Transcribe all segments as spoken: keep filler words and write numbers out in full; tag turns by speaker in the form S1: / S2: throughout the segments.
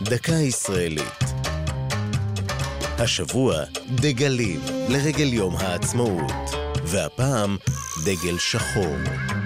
S1: דקה ישראלית. השבוע דגלים לרגל יום העצמאות, והפעם דגל שחור.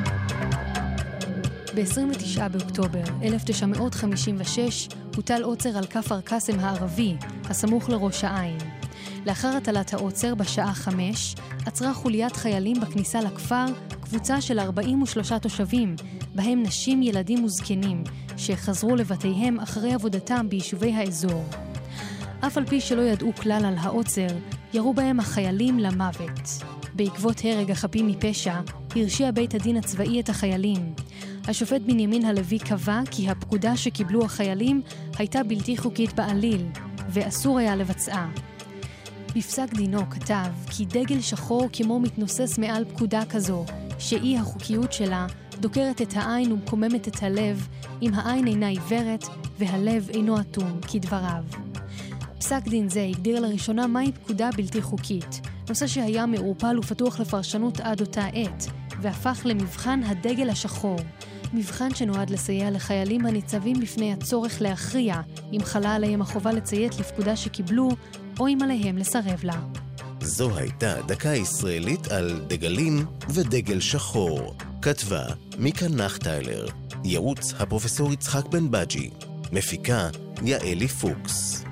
S2: ב-עשרים ותשעה באוקטובר אלף תשע מאות חמישים ושש הוטל עוצר על כפר קאסם הערבי, הסמוך לראש העין. לאחר הטלת העוצר בשעה חמש, עצרה חוליית חיילים בכניסה לכפר קבוצה של ארבעים ושלושה תושבים, בהם נשים, ילדים וזקנים, שחזרו לבתיהם אחרי עבודתם ביישובי האזור. אף על פי שלא ידעו כלל על העוצר, ירו בהם החיילים למוות. בעקבות הרג החפים מפשע, הרשיע בית הדין הצבאי את החיילים. השופט בנימין הלוי קבע כי הפקודה שקיבלו החיילים הייתה בלתי חוקית בעליל, ואסור היה לבצעה. בפסק דינו כתב כי דגל שחור כמו מתנוסס מעל פקודה כזו, שאי החוקיות שלה דוקרת את העין ומקוממת את הלב, אם העין אינה עיוורת והלב אינו אטום, כדבריו. פסק דין זה הגדיר לראשונה מהי פקודה בלתי חוקית, נושא שהיה מעורפל ופתוח לפרשנות עד אותה עת, והפך למבחן הדגל השחור, מבחן שנועד לסייע לחיילים הניצבים בפני הצורך להכריע אם חלה עליהם החובה לציית לפקודה שקיבלו, או אם עליהם לסרב לה.
S1: זו הייתה דקה ישראלית על דגלים ודגל שחור. כתבה מיקה נחטיילר, ייעוץ הפרופסור יצחק בן בג'י, מפיקה יעלי פוקס.